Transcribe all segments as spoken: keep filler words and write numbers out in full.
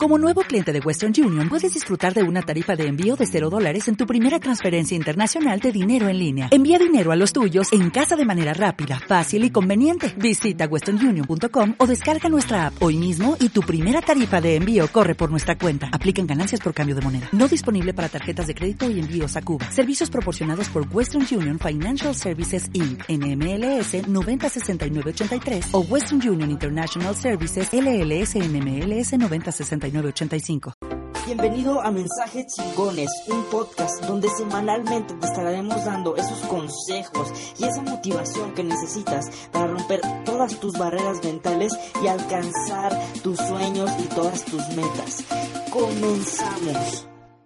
Como nuevo cliente de Western Union, puedes disfrutar de una tarifa de envío de cero dólares en tu primera transferencia internacional de dinero en línea. Envía dinero a los tuyos en casa de manera rápida, fácil y conveniente. Visita western union punto com o descarga nuestra app hoy mismo y tu primera tarifa de envío corre por nuestra cuenta. Aplican ganancias por cambio de moneda. No disponible para tarjetas de crédito y envíos a Cuba. Servicios proporcionados por Western Union Financial Services incorporated. N M L S noventa sesenta y nueve ochenta y tres o Western Union International Services L L S N M L S noventa sesenta y nueve ochenta y cinco. Bienvenido a Mensajes Chingones, un podcast donde semanalmente te estaremos dando esos consejos y esa motivación que necesitas para romper todas tus barreras mentales y alcanzar tus sueños y todas tus metas. Comenzamos.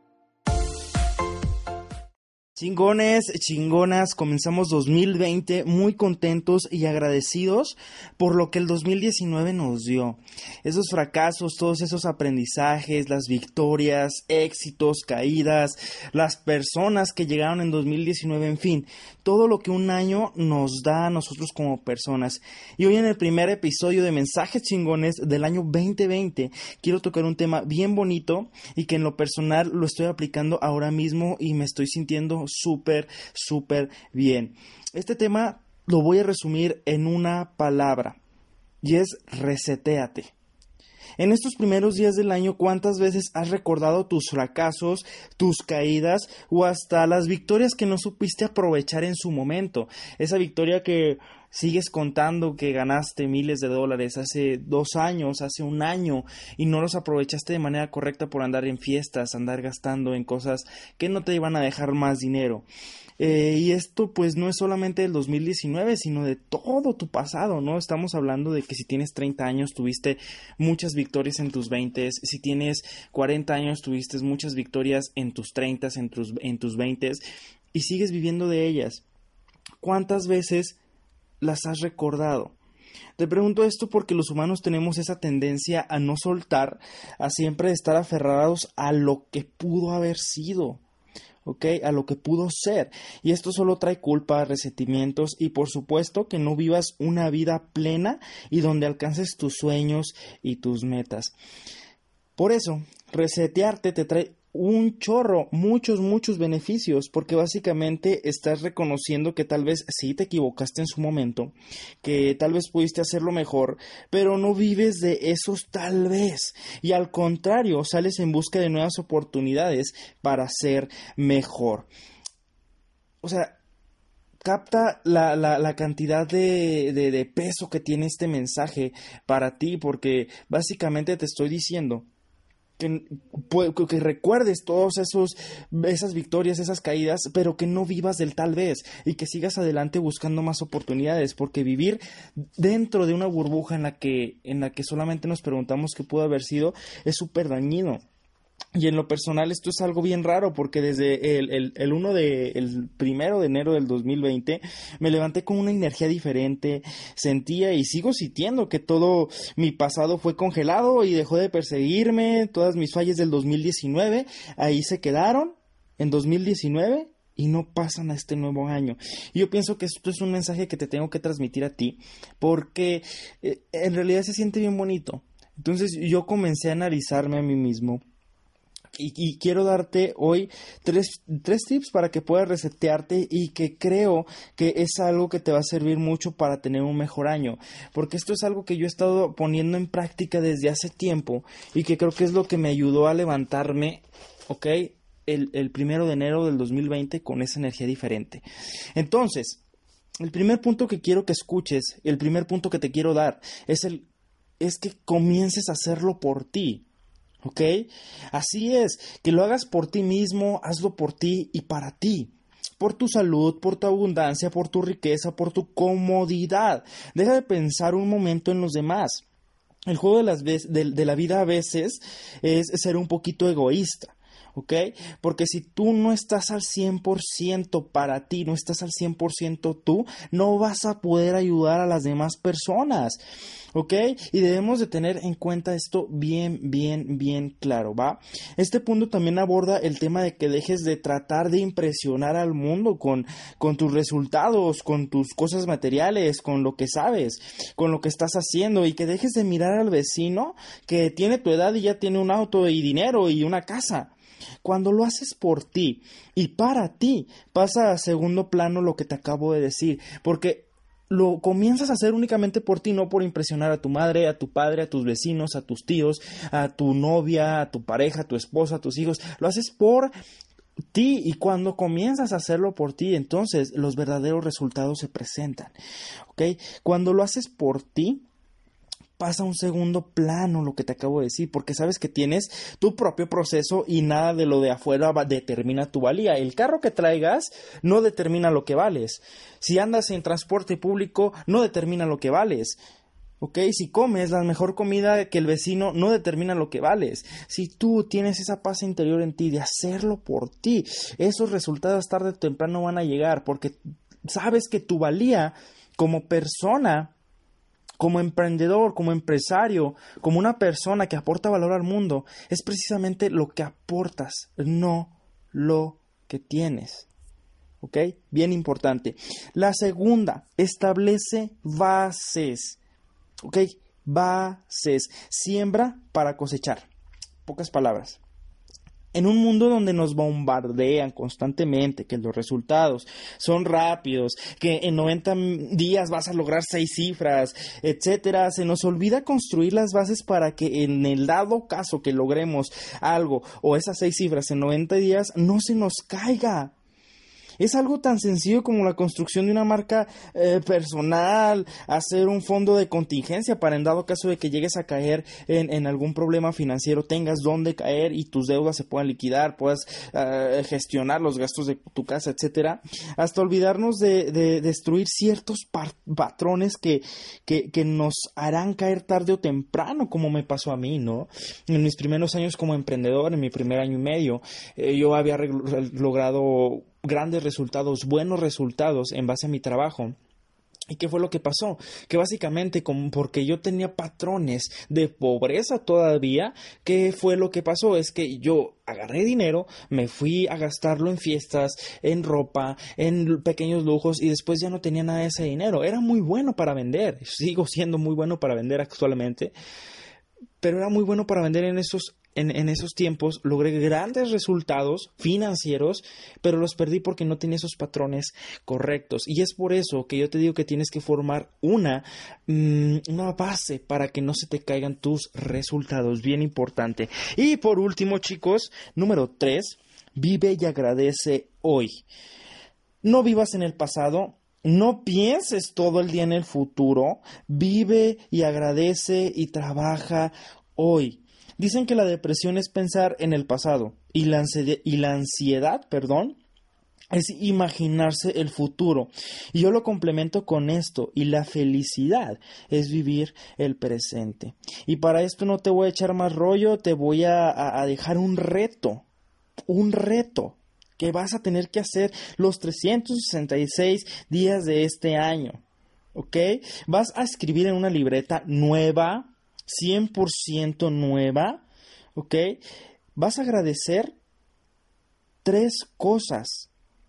Chingones, chingonas, comenzamos dos mil veinte muy contentos y agradecidos por lo que el dos mil diecinueve nos dio. Esos fracasos, todos esos aprendizajes, las victorias, éxitos, caídas, las personas que llegaron en dos mil diecinueve, en fin, todo lo que un año nos da a nosotros como personas. Y hoy en el primer episodio de Mensajes Chingones del año veinte veinte, quiero tocar un tema bien bonito y que en lo personal lo estoy aplicando ahora mismo y me estoy sintiendo súper, súper bien. Este tema lo voy a resumir en una palabra y es resetéate. En estos primeros días del año, ¿cuántas veces has recordado tus fracasos, tus caídas o hasta las victorias que no supiste aprovechar en su momento? Esa victoria que sigues contando que ganaste miles de dólares hace dos años, hace un año y no los aprovechaste de manera correcta por andar en fiestas, andar gastando en cosas que no te iban a dejar más dinero. Eh, y esto pues no es solamente del dos mil diecinueve, sino de todo tu pasado, ¿no? Estamos hablando de que si tienes treinta años tuviste muchas victorias en tus veinte, si tienes cuarenta años tuviste muchas victorias en tus treinta, en tus, en tus veinte y sigues viviendo de ellas. ¿Cuántas veces las has recordado? Te pregunto esto porque los humanos tenemos esa tendencia a no soltar, a siempre estar aferrados a lo que pudo haber sido, ¿ok? A lo que pudo ser. Y esto solo trae culpa, resentimientos y por supuesto que no vivas una vida plena y donde alcances tus sueños y tus metas. Por eso, resetearte te trae un chorro, muchos, muchos beneficios, porque básicamente estás reconociendo que tal vez sí te equivocaste en su momento, que tal vez pudiste hacerlo mejor, pero no vives de esos tal vez, y al contrario, sales en busca de nuevas oportunidades para ser mejor. O sea, capta la, la, la cantidad de, de, de peso que tiene este mensaje para ti, porque básicamente te estoy diciendo Que, que recuerdes todas esas victorias, esas caídas, pero que no vivas del tal vez y que sigas adelante buscando más oportunidades, porque vivir dentro de una burbuja en la que, en la que solamente nos preguntamos qué pudo haber sido es súper dañino. Y en lo personal esto es algo bien raro porque desde el, el, el, uno de, el primero de enero del dos mil veinte me levanté con una energía diferente, sentía y sigo sintiendo que todo mi pasado fue congelado y dejó de perseguirme, todas mis fallas del dos mil diecinueve ahí se quedaron en dos mil diecinueve y no pasan a este nuevo año. Y yo pienso que esto es un mensaje que te tengo que transmitir a ti porque eh, en realidad se siente bien bonito. Entonces yo comencé a analizarme a mí mismo. Y, y quiero darte hoy tres, tres tips para que puedas resetearte y que creo que es algo que te va a servir mucho para tener un mejor año. Porque esto es algo que yo he estado poniendo en práctica desde hace tiempo y que creo que es lo que me ayudó a levantarme, ¿ok? El, el primero de enero del dos mil veinte con esa energía diferente. Entonces, el primer punto que quiero que escuches, el primer punto que te quiero dar es, el, es que comiences a hacerlo por ti. ¿Ok? Así es, que lo hagas por ti mismo, hazlo por ti y para ti. Por tu salud, por tu abundancia, por tu riqueza, por tu comodidad. Deja de pensar un momento en los demás. El juego de, las ve- de, de la vida a veces es ser un poquito egoísta. ¿Ok? Porque si tú no estás al cien por ciento para ti, no estás al cien por ciento tú, no vas a poder ayudar a las demás personas. ¿Ok? Y debemos de tener en cuenta esto bien, bien, bien claro, ¿va? Este punto también aborda el tema de que dejes de tratar de impresionar al mundo con, con tus resultados, con tus cosas materiales, con lo que sabes, con lo que estás haciendo, y que dejes de mirar al vecino que tiene tu edad y ya tiene un auto y dinero y una casa. Cuando lo haces por ti y para ti, pasa a segundo plano lo que te acabo de decir, porque lo comienzas a hacer únicamente por ti, no por impresionar a tu madre, a tu padre, a tus vecinos, a tus tíos, a tu novia, a tu pareja, a tu esposa, a tus hijos. Lo haces por ti, y cuando comienzas a hacerlo por ti, entonces los verdaderos resultados se presentan. ¿Ok? Cuando lo haces por ti, pasa a un segundo plano lo que te acabo de decir, porque sabes que tienes tu propio proceso y nada de lo de afuera va, determina tu valía. El carro que traigas no determina lo que vales. Si andas en transporte público, no determina lo que vales. ¿Ok? Si comes la mejor comida que el vecino, no determina lo que vales. Si tú tienes esa paz interior en ti de hacerlo por ti, esos resultados tarde o temprano van a llegar, porque sabes que tu valía como persona, como emprendedor, como empresario, como una persona que aporta valor al mundo, es precisamente lo que aportas, no lo que tienes. ¿Ok? Bien importante. La segunda, establece bases. ¿Ok? Bases. Siembra para cosechar. Pocas palabras. En un mundo donde nos bombardean constantemente que los resultados son rápidos, que en noventa días vas a lograr seis cifras, etcétera, se nos olvida construir las bases para que en el dado caso que logremos algo o esas seis cifras en noventa días no se nos caiga. Es algo tan sencillo como la construcción de una marca eh, personal, hacer un fondo de contingencia para en dado caso de que llegues a caer en, en algún problema financiero, tengas dónde caer y tus deudas se puedan liquidar, puedas uh, gestionar los gastos de tu casa, etcétera. Hasta olvidarnos de, de destruir ciertos par- patrones que, que, que nos harán caer tarde o temprano, como me pasó a mí, ¿no? En mis primeros años como emprendedor, en mi primer año y medio, eh, yo había re- logrado grandes resultados, buenos resultados en base a mi trabajo. ¿Y qué fue lo que pasó? Que básicamente, como porque yo tenía patrones de pobreza todavía, ¿qué fue lo que pasó? Es que yo agarré dinero, me fui a gastarlo en fiestas, en ropa, en pequeños lujos, y después ya no tenía nada de ese dinero. Era muy bueno para vender, sigo siendo muy bueno para vender actualmente, pero era muy bueno para vender en esos En, en esos tiempos. Logré grandes resultados financieros, pero los perdí porque no tenía esos patrones correctos. Y es por eso que yo te digo que tienes que formar una, mmm, una base para que no se te caigan tus resultados. Bien importante. Y por último, chicos, número tres, vive y agradece hoy. No vivas en el pasado. No pienses todo el día en el futuro. Vive y agradece y trabaja hoy. Dicen que la depresión es pensar en el pasado y la ansiedad, y la ansiedad, perdón, es imaginarse el futuro. Y yo lo complemento con esto, y la felicidad es vivir el presente. Y para esto no te voy a echar más rollo, te voy a, a, a dejar un reto, un reto que vas a tener que hacer los trescientos sesenta y seis días de este año. ¿Ok? Vas a escribir en una libreta nueva, cien por ciento nueva, ¿ok? Vas a agradecer tres cosas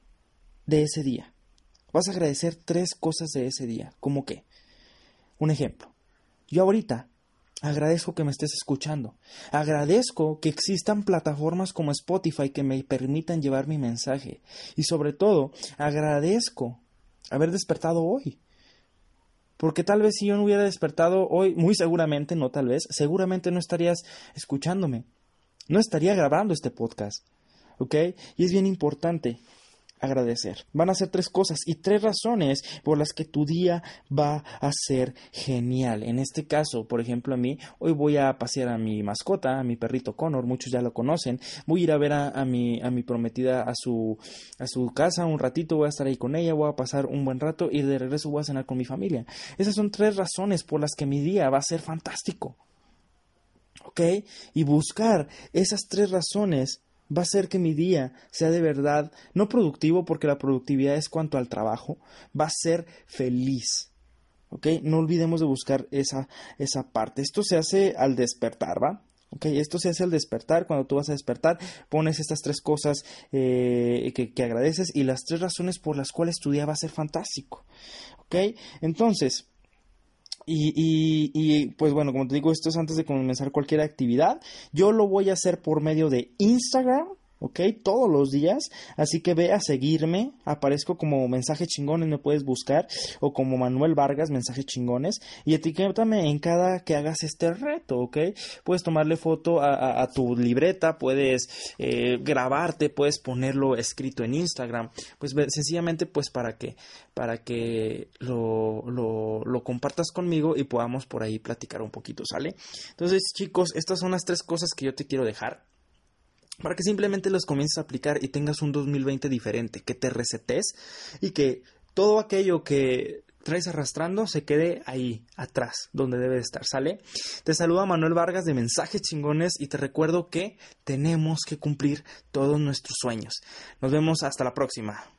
de ese día. Vas a agradecer tres cosas de ese día. ¿Cómo qué? Un ejemplo. Yo ahorita agradezco que me estés escuchando. Agradezco que existan plataformas como Spotify que me permitan llevar mi mensaje. Y sobre todo, agradezco haber despertado hoy. Porque tal vez si yo no hubiera despertado hoy, muy seguramente, no tal vez, seguramente no estarías escuchándome. No estaría grabando este podcast. ¿Ok? Y es bien importante agradecer. Van a ser tres cosas y tres razones por las que tu día va a ser genial. En este caso, por ejemplo, a mí, hoy voy a pasear a mi mascota, a mi perrito Connor, muchos ya lo conocen. Voy a ir a ver a, a, mi, a mi prometida a su, a su casa un ratito, voy a estar ahí con ella, voy a pasar un buen rato y de regreso voy a cenar con mi familia. Esas son tres razones por las que mi día va a ser fantástico. ¿Ok? Y buscar esas tres razones va a hacer que mi día sea de verdad, no productivo porque la productividad es cuanto al trabajo, va a ser feliz. ¿ok? No olvidemos de buscar esa, esa parte. Esto se hace al despertar, ¿va? Ok, esto se hace al despertar. Cuando tú vas a despertar, pones estas tres cosas eh, que, que agradeces y las tres razones por las cuales tu día va a ser fantástico. Ok, entonces, y, y, y pues bueno, como te digo, esto es antes de comenzar cualquier actividad. Yo lo voy a hacer por medio de Instagram. Ok, todos los días, así que ve a seguirme, aparezco como Mensaje Chingones, me puedes buscar, o como Manuel Vargas, Mensaje Chingones, y etiquétame en cada que hagas este reto, ok, puedes tomarle foto a, a, a tu libreta, puedes eh, grabarte, puedes ponerlo escrito en Instagram, pues sencillamente pues para que, para que lo, lo, lo compartas conmigo y podamos por ahí platicar un poquito, ¿sale? Entonces chicos, estas son las tres cosas que yo te quiero dejar, para que simplemente los comiences a aplicar y tengas un dos mil veinte diferente, que te resetes y que todo aquello que traes arrastrando se quede ahí, atrás, donde debe estar, ¿sale? Te saluda Manuel Vargas de Mensajes Chingones y te recuerdo que tenemos que cumplir todos nuestros sueños. Nos vemos hasta la próxima.